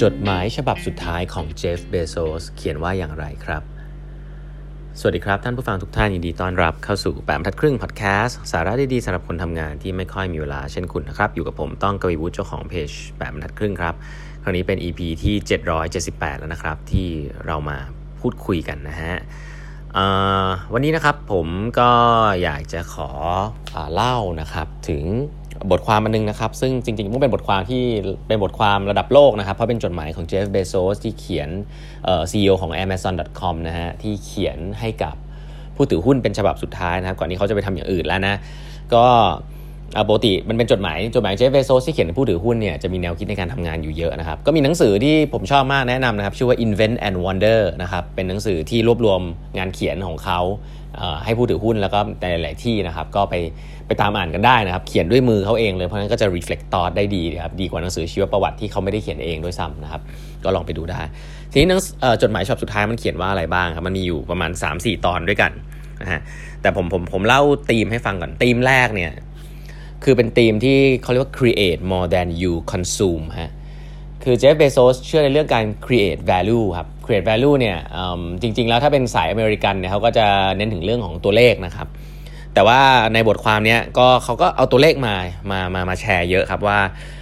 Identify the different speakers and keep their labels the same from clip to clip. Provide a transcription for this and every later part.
Speaker 1: จดหมายฉบับสุดท้ายของเจฟ เบโซสเขียนว่าอย่างไรครับสวัสดีครับท่านผู้ฟังทุกท่านยินดีต้อนรับเข้าสู่8 บรรทัดครึ่งพอดแคสต์สาระดีๆสำหรับคนทำงานที่ไม่ค่อยมีเวลาเช่นคุณนะครับอยู่กับผมต้องกวีวุฒิเจ้าของเพจ8 บรรทัดครึ่งครับคราวนี้เป็น EP ที่778แล้วนะครับที่เรามาพูดคุยกันนะฮะวันนี้นะครับผมก็อยากจะขอเล่านะครับถึงบทความอันนึงนะครับซึ่งจริงๆมันเป็นบทความที่เป็นบทความระดับโลกนะครับเพราะเป็นจดหมายของเจฟ เบโซสที่เขียนCEO ของ Amazon.com นะฮะที่เขียนให้กับผู้ถือหุ้นเป็นฉบับสุดท้ายนะครับก่อนที่เขาจะไปทำอย่างอื่นแล้วนะก็ปกติมันเป็นจดหมายเจฟ เบโซสที่เขียนให้ผู้ถือหุ้นเนี่ยจะมีแนวคิดในการทำงานอยู่เยอะนะครับก็มีหนังสือที่ผมชอบมากแนะนำนะครับชื่อว่า Invent and Wonder นะครับเป็นหนังสือที่รวบรวมงานเขียนของเขาให้ผู้ถือหุ้นแล้วก็ในหลายที่นะครับก็ไปตามอ่านกันได้นะครับเขียนด้วยมือเขาเองเลยเพราะฉะนั้นก็จะ reflect thought ได้ดีนะครับดีกว่าหนังสือชีวประวัติที่เขาไม่ได้เขียนเองด้วยซ้ำนะครับก็ลองไปดูได้ทีนี้จดหมายฉบับสุดท้ายมันเขียนว่าอะไรบ้างครับมันมีอยู่ประมาณ 3-4 ตอนด้วยกันนะฮะแต่ผมเล่าธีมให้ฟังก่อนธีมแรกเนี่ยคือเป็นธีมที่เขาเรียกว่า create more than you consume ฮะคือเจฟ เบโซสเชื่อในเรื่องการ create value ครับ create value เนี่ยจริงๆแล้วถ้าเป็นสายอเมริกันเนี่ยเขาก็จะเน้นถึงเรื่องของตัวเลขนะครับแต่ว่าในบทความนี้ก็เขาก็เอาตัวเลขมาแชร์เยอะครับว่า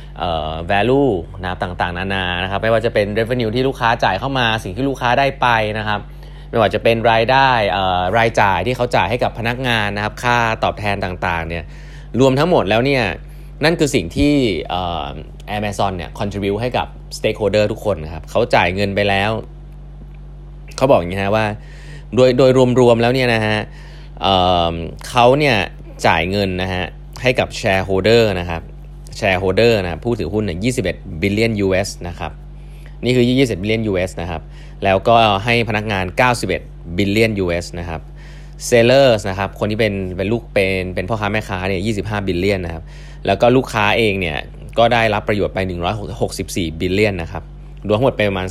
Speaker 1: value นะครับต่างๆนานานะครับไม่ว่าจะเป็น revenue ที่ลูกค้าจ่ายเข้ามาสิ่งที่ลูกค้าได้ไปนะครับไม่ว่าจะเป็นรายได้รายจ่ายที่เขาจ่ายให้กับพนักงานนะครับค่าตอบแทนต่างๆเนี่ยรวมทั้งหมดแล้วเนี่ยนั่นคือสิ่งที่Amazon เนี่ย contribute ให้กับ stakeholder ทุกคนนะครับเขาจ่ายเงินไปแล้วเขาบอกอย่างนี้ฮะว่าโดยรวมๆแล้วเนี่ยนะฮะเขาเนี่ยจ่ายเงินนะฮะให้กับ shareholder นะครับนะผู้ถือหุ้นเนี่ย21 billion US นะครับนี่คือ21 billion US นะครับแล้วก็ให้พนักงาน91 billion US นะครับ sellers นะครับคนที่เป็นลูกเป็นพ่อค้าแม่ค้าเนี่ย25 billion นะครับแล้วก็ลูกค้าเองเนี่ยก็ได้รับประโยชน์ไป164 billion นะครับรวมทั้งหมดเป็นประมาณ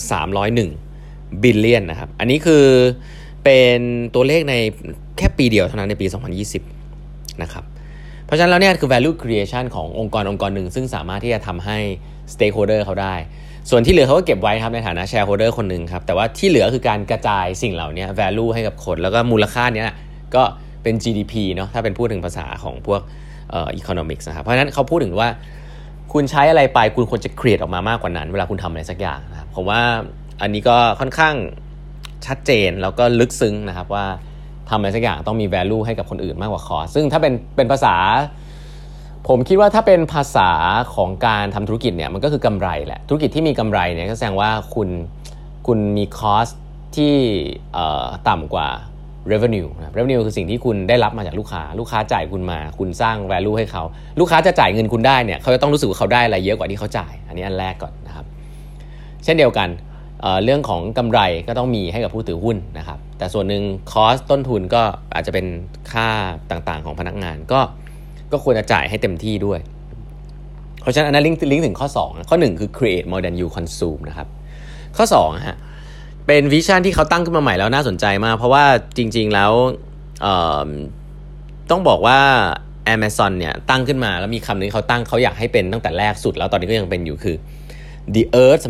Speaker 1: 301 billion นะครับอันนี้คือเป็นตัวเลขในแค่ปีเดียวเท่านั้นในปี2020นะครับเพราะฉะนั้นแล้วเนี่ยคือ value creation ขององค์กรหนึ่งซึ่งสามารถที่จะทำให้ stakeholder เขาได้ส่วนที่เหลือเขาก็เก็บไว้ครับในฐานะ shareholder คนหนึ่งครับแต่ว่าที่เหลือคือการกระจายสิ่งเหล่านี้ value ให้กับคนแล้วก็มูลค่านี้ก็เป็น GDP เนาะถ้าเป็นพูดถึงภาษาของพวกeconomics นะครับเพราะฉะนั้นเขาพูดถึงว่าคุณใช้อะไรไปคุณควรจะ create ออกมามากกว่านั้นเวลาคุณทำอะไรสักอย่างนะครับผมว่าอันนี้ก็ค่อนข้างชัดเจนแล้วก็ลึกซึ้งนะครับว่าทำอะไรสักอย่างต้องมี value ให้กับคนอื่นมากกว่า cost ซึ่งถ้าเป็นภาษาผมคิดว่าถ้าเป็นภาษาของการทำธุรกิจเนี่ยมันก็คือกำไรแหละธุรกิจที่มีกำไรเนี่ยก็แสดงว่าคุณมี cost ที่ต่ำกว่า revenue นะ revenue คือสิ่งที่คุณได้รับมาจากลูกค้าจ่ายคุณมาคุณสร้าง value ให้เขาลูกค้าจะจ่ายเงินคุณได้เนี่ยเขาจะต้องรู้สึกว่าเขาได้อะไรเยอะกว่าที่เขาจ่ายอันนี้อันแรกก่อนนะครับเช่นเดียวกันเรื่องของกำไรก็ต้องมีให้กับผู้ถือหุ้นนะครับแต่ส่วนหนึ่ง cost ต้นทุนก็อาจจะเป็นค่าต่างๆของพนักงานก็ควรจะจ่ายให้เต็มที่ด้วยเพราะฉะนั้นอันนั้นลิงก์ถึงข้อ2ข้อ1คือ create more than you consume นะครับข้อ2ฮะเป็นวิชั่นที่เขาตั้งขึ้นมาใหม่แล้วน่าสนใจมากเพราะว่าจริงๆแล้วต้องบอกว่า Amazon เนี่ยตั้งขึ้นมาแล้วมีคำนึงเขาอยากให้เป็นตั้งแต่แรกสุดแล้วตอนนี้ก็ยังเป็นอยู่คือ the earth's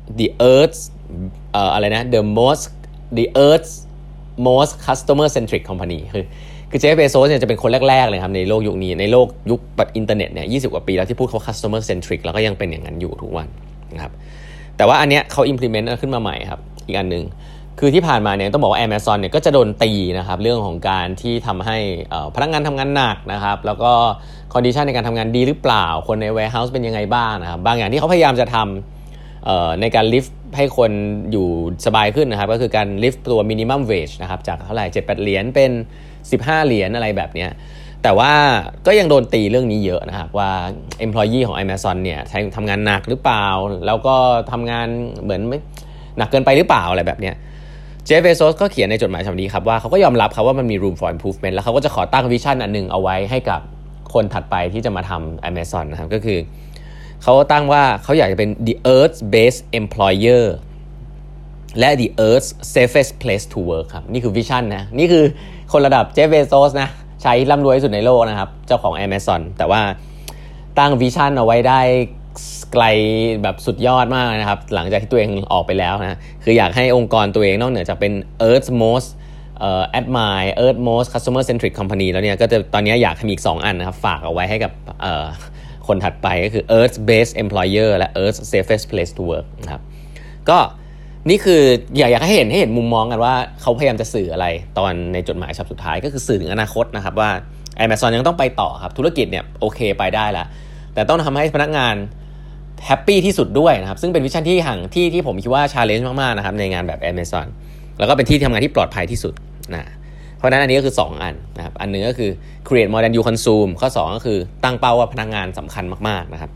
Speaker 1: most customer centric company คือเจฟ เบโซสเนี่ยจะเป็นคนแรกๆเลยครับในโลกยุคนี้ในโลกยุคอินเทอร์เน็ตเนี่ย20 กว่าปีแล้วที่พูดเขา customer centric แล้วก็ยังเป็นอย่างนั้นอยู่ทุกวันนะครับแต่ว่าอันเนี้ยเขา implement ขึ้นมาใหม่ครับอีกอันนึงคือที่ผ่านมาเนี่ยต้องบอกว่า Amazon เนี่ยก็จะโดนตีนะครับเรื่องของการที่ทำให้พนักงานทำงานหนักนะครับแล้วก็ condition ในการทำงานดีหรือเปล่าคนใน warehouse เป็นยังไงบ้างนะครับบางอย่างที่เขาพยายามจะทำในการ lift ให้คนอยู่สบายขึ้นนะครับก็คือการ lift ตัว minimum wage นะครับจากเท่าไหร่ 7-8 เหรียญเป็น15 เหรียญอะไรแบบนี้แต่ว่าก็ยังโดนตีเรื่องนี้เยอะนะครับว่า employee ของ Amazon เนี่ยทำงานหนักหรือเปล่าแล้วก็ทำงานเหมือนหนักเกินไปหรือเปล่าอะไรแบบนี้เจฟ เบโซสก็เขียนในจดหมายฉบับนี้ครับว่าเขาก็ยอมรับครับว่ามันมี room for improvement แล้วเขาก็จะขอตั้งวิชั่นอันนึงเอาไว้ให้กับคนถัดไปที่จะมาทำ Amazon นะครับก็คือเขาตั้งว่าเขาอยากจะเป็น the earth's best employer และ the earth's safest place to work ครับนี่คือวิชั่นนะนี่คือคนระดับเจฟ เบโซสนะใช้ร่ำรวยที่สุดในโลกนะครับเจ้าของ Amazon แต่ว่าตั้งวิชั่นเอาไว้ได้ไกลแบบสุดยอดมากนะครับหลังจากที่ตัวเองออกไปแล้วนะคืออยากให้องค์กรตัวเองนอกเหนือจากเป็น Earth's most admire Earth most customer centric company แล้วเนี่ยก็จะตอนนี้อยากมีอีก2อันนะครับฝากเอาไว้ให้กับคนถัดไปก็คือ Earth's best employer และ Earth's safest place to work นะครับก็นี่คืออยากให้เห็นมุมมองกันว่าเขาพยายามจะสื่ออะไรตอนในจดหมายฉบับสุดท้ายก็คือสื่อถึงอนาคตนะครับว่า Amazon ยังต้องไปต่อครับธุรกิจเนี่ยโอเคไปได้แล้วแต่ต้องทำให้พนักงานแฮปปี้ที่สุดด้วยนะครับซึ่งเป็นวิชั่นที่ผมคิดว่า challenge มากๆนะครับในงานแบบ Amazon แล้วก็เป็นที่ทำงานที่ปลอดภัยที่สุดนะเพราะฉะนั้นอันนี้ก็คือ2อันนะครับอันนึงก็คือ create more than you consume ข้อ2ก็คือตั้งเป้าว่าพนักงานสำคัญมากๆนะครับ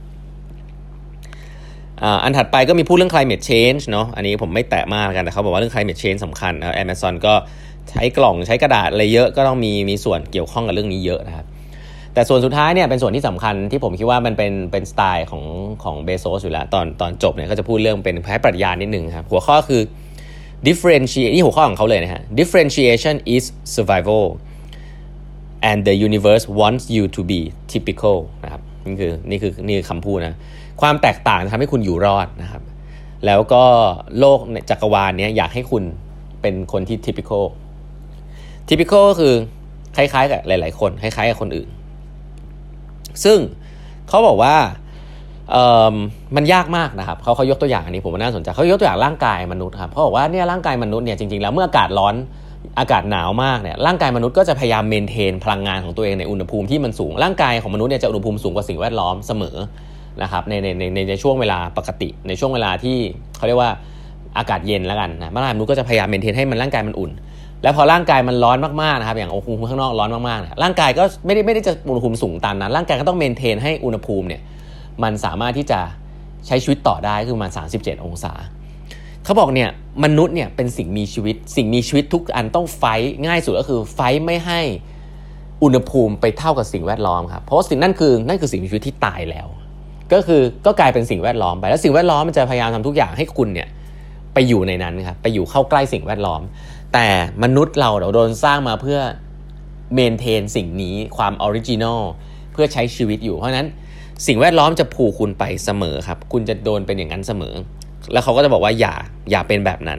Speaker 1: อันถัดไปก็มีพูดเรื่อง climate change เนาะอันนี้ผมไม่แตะมากกันแต่เขาบอกว่าเรื่อง climate change สำคัญนะ Amazon ก็ใช้กล่องใช้กระดาษอะไรเยอะก็ต้องมีส่วนเกี่ยวข้องกับเรื่องนี้เยอะนะครับแต่ส่วนสุดท้ายเนี่ยเป็นส่วนที่สำคัญที่ผมคิดว่ามันเป็นสไตล์ของเบโซสอยู่แล้วตอนจบเนี่ยก็จะพูดเรื่องเป็นคล้ายปรัชญานิดนึงครับหัวข้อคือ differentiate นี่หัวข้อของเขาเลยนะฮะ differentiation is survival and the universe wants you to be typical นะครับนี่คือคำพูดนะความแตกต่างทำให้คุณอยู่รอดนะครับแล้วก็โลกจักรวาลนี้อยากให้คุณเป็นคนที่ typical ก็คือคล้ายๆกับหลายๆคนคล้ายๆกับคนอื่นซึ่งเขาบอกว่ามันยากมากนะครับเขายกตัวอย่างอันนี้ผมว่าน่าสนใจเขายกตัวอย่างร่างกายมนุษย์ครับเขาบอกว่าเนี่ยร่างกายมนุษย์เนี่ยจริงๆแล้วเมื่ออากาศร้อนอากาศหนาวมากเนี่ยร่างกายมนุษย์ก็จะพยายามเมนเทนพลังงานของตัวเองในอุณหภูมิที่มันสูงร่างกายของมนุษย์เนี่ยจะอุณหภูมิสูงกว่าสิ่งแวดล้อมเสมอนะครับในช่วงเวลาปกติในช่วงเวลาที่เขาเรียกว่าอากาศเย็นแล้วกันนะร่างกายมนุษย์ก็จะพยายามเมนเทนให้มันร่างกายมันอุ่นแล้วพอร่างกายมันร้อนมากๆนะครับอย่างอุณหภูมิข้างนอกร้อนมากๆเนี่ยร่างกายก็ไม่ได้จะอุณหภูมิสูงตามนั้นร่างกายก็ต้องเมนเทนให้อุณหภูมิเนี่ยมันสามารถที่จะใช้ชีวิตต่อได้คือประมาณ37องศาเขาบอกเนี่ยมนุษย์เนี่ยเป็นสิ่งมีชีวิตทุกอันต้องไฟท์ง่ายสุดก็คือไฟท์ไม่ให้อุณหภูมิไปเท่ากับสิ่งแวดล้อมครับเพราะสิ่งนั่นคือสิ่งมีชีวิตที่ตายแล้วก็กลายเป็นสิ่งแวดล้อมไปแล้วสิ่งแวดล้อมมันจะพยายามทำทุกอย่างให้คุณเนี่ยไปอยู่ในนั้นครับไปอยู่เข้าใกล้สิ่งแวดล้อมแต่มนุษย์เราโดนสร้างมาเพื่อเมนเทนสิ่งนี้ความออริจินอลเพื่อใช้ชีวิตอยู่เพราะฉะนั้นสิ่งแวดล้อมจะผูกคุณไปเสมอครับคุณจะโดนเป็นอย่างนั้นเสมอแล้วเขาก็จะบอกว่าอย่าเป็นแบบนั้น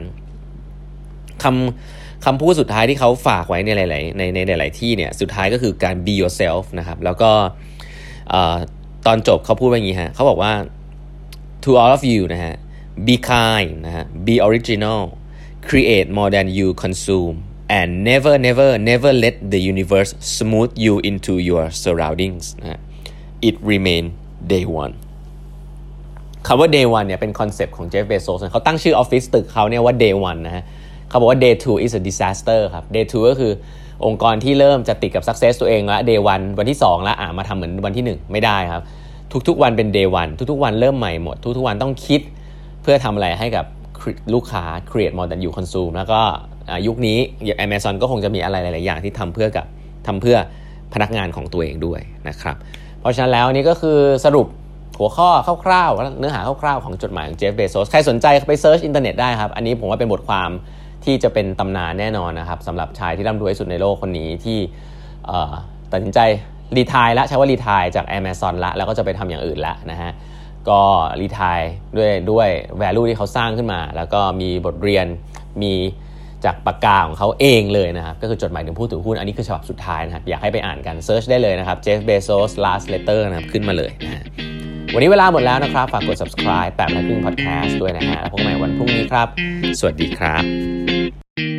Speaker 1: คำพูดสุดท้ายที่เขาฝากไว้ในหลายที่เนี่ยสุดท้ายก็คือการ be yourself นะครับแล้วก็ตอนจบเขาพูดว่าอย่างนี้ฮะเขาบอกว่า to all of you นะฮะ be kind นะฮะ be original create more than you consume and never let the universe smooth you into your surroundings นะฮะ it remain day one คำว่า day one เนี่ยเป็นคอนเซปต์ของ Jeff Bezos เขาตั้งชื่อออฟฟิศตึกเขาเนี่ยว่า day one นะฮะเขาบอกว่า day two is a disaster ครับ day two ก็คือองค์กรที่เริ่มจะติดกับ success ตัวเองแล้ว day one วันที่2แล้วมาทำเหมือนวันที่1ไม่ได้ครับทุกๆวันเป็น day one ทุกๆวันเริ่มใหม่หมดทุกๆวันต้องคิดเพื่อทำอะไรให้กับลูกค้า create more than you consume แล้วก็ยุคนี้ Amazon ก็คงจะมีอะไรหลายๆอย่างที่ทำเพื่อพนักงานของตัวเองด้วยนะครับเพราะฉะนั้นแล้วนี่ก็คือสรุปหัวข้อคร่าวๆเนื้อหาคร่าวๆของจดหมายของ Jeff Bezos ใครสนใจไปเซิร์ชอินเทอร์เน็ตได้ครับอันนี้ผมว่าเป็นบทความที่จะเป็นตำนานแน่นอนนะครับสำหรับชายที่ร่ำรวยที่สุดในโลกคนนี้ที่ตัดสินใจรีไทร์ละใช้ว่ารีไทร์จาก Amazon ละแล้วก็จะไปทำอย่างอื่นละนะฮะก็รีไทร์ด้วย value ที่เขาสร้างขึ้นมาแล้วก็มีบทเรียนมีจากปากกาของเขาเองเลยนะครับก็คือจดหมายถึงผู้ถือหุ้นอันนี้คือฉบับสุดท้ายนะครับอยากให้ไปอ่านกันเซิร์ชได้เลยนะครับ Jeff Bezos last letter นะครับขึ้นมาเลยนะฮะวันนี้เวลาหมดแล้วนะครับฝากกด subscribe 8 นาที podcast ด้วยนะฮะแล้วพบกันใหม่วันพรุ่งนี้ครับสวัสดีครับ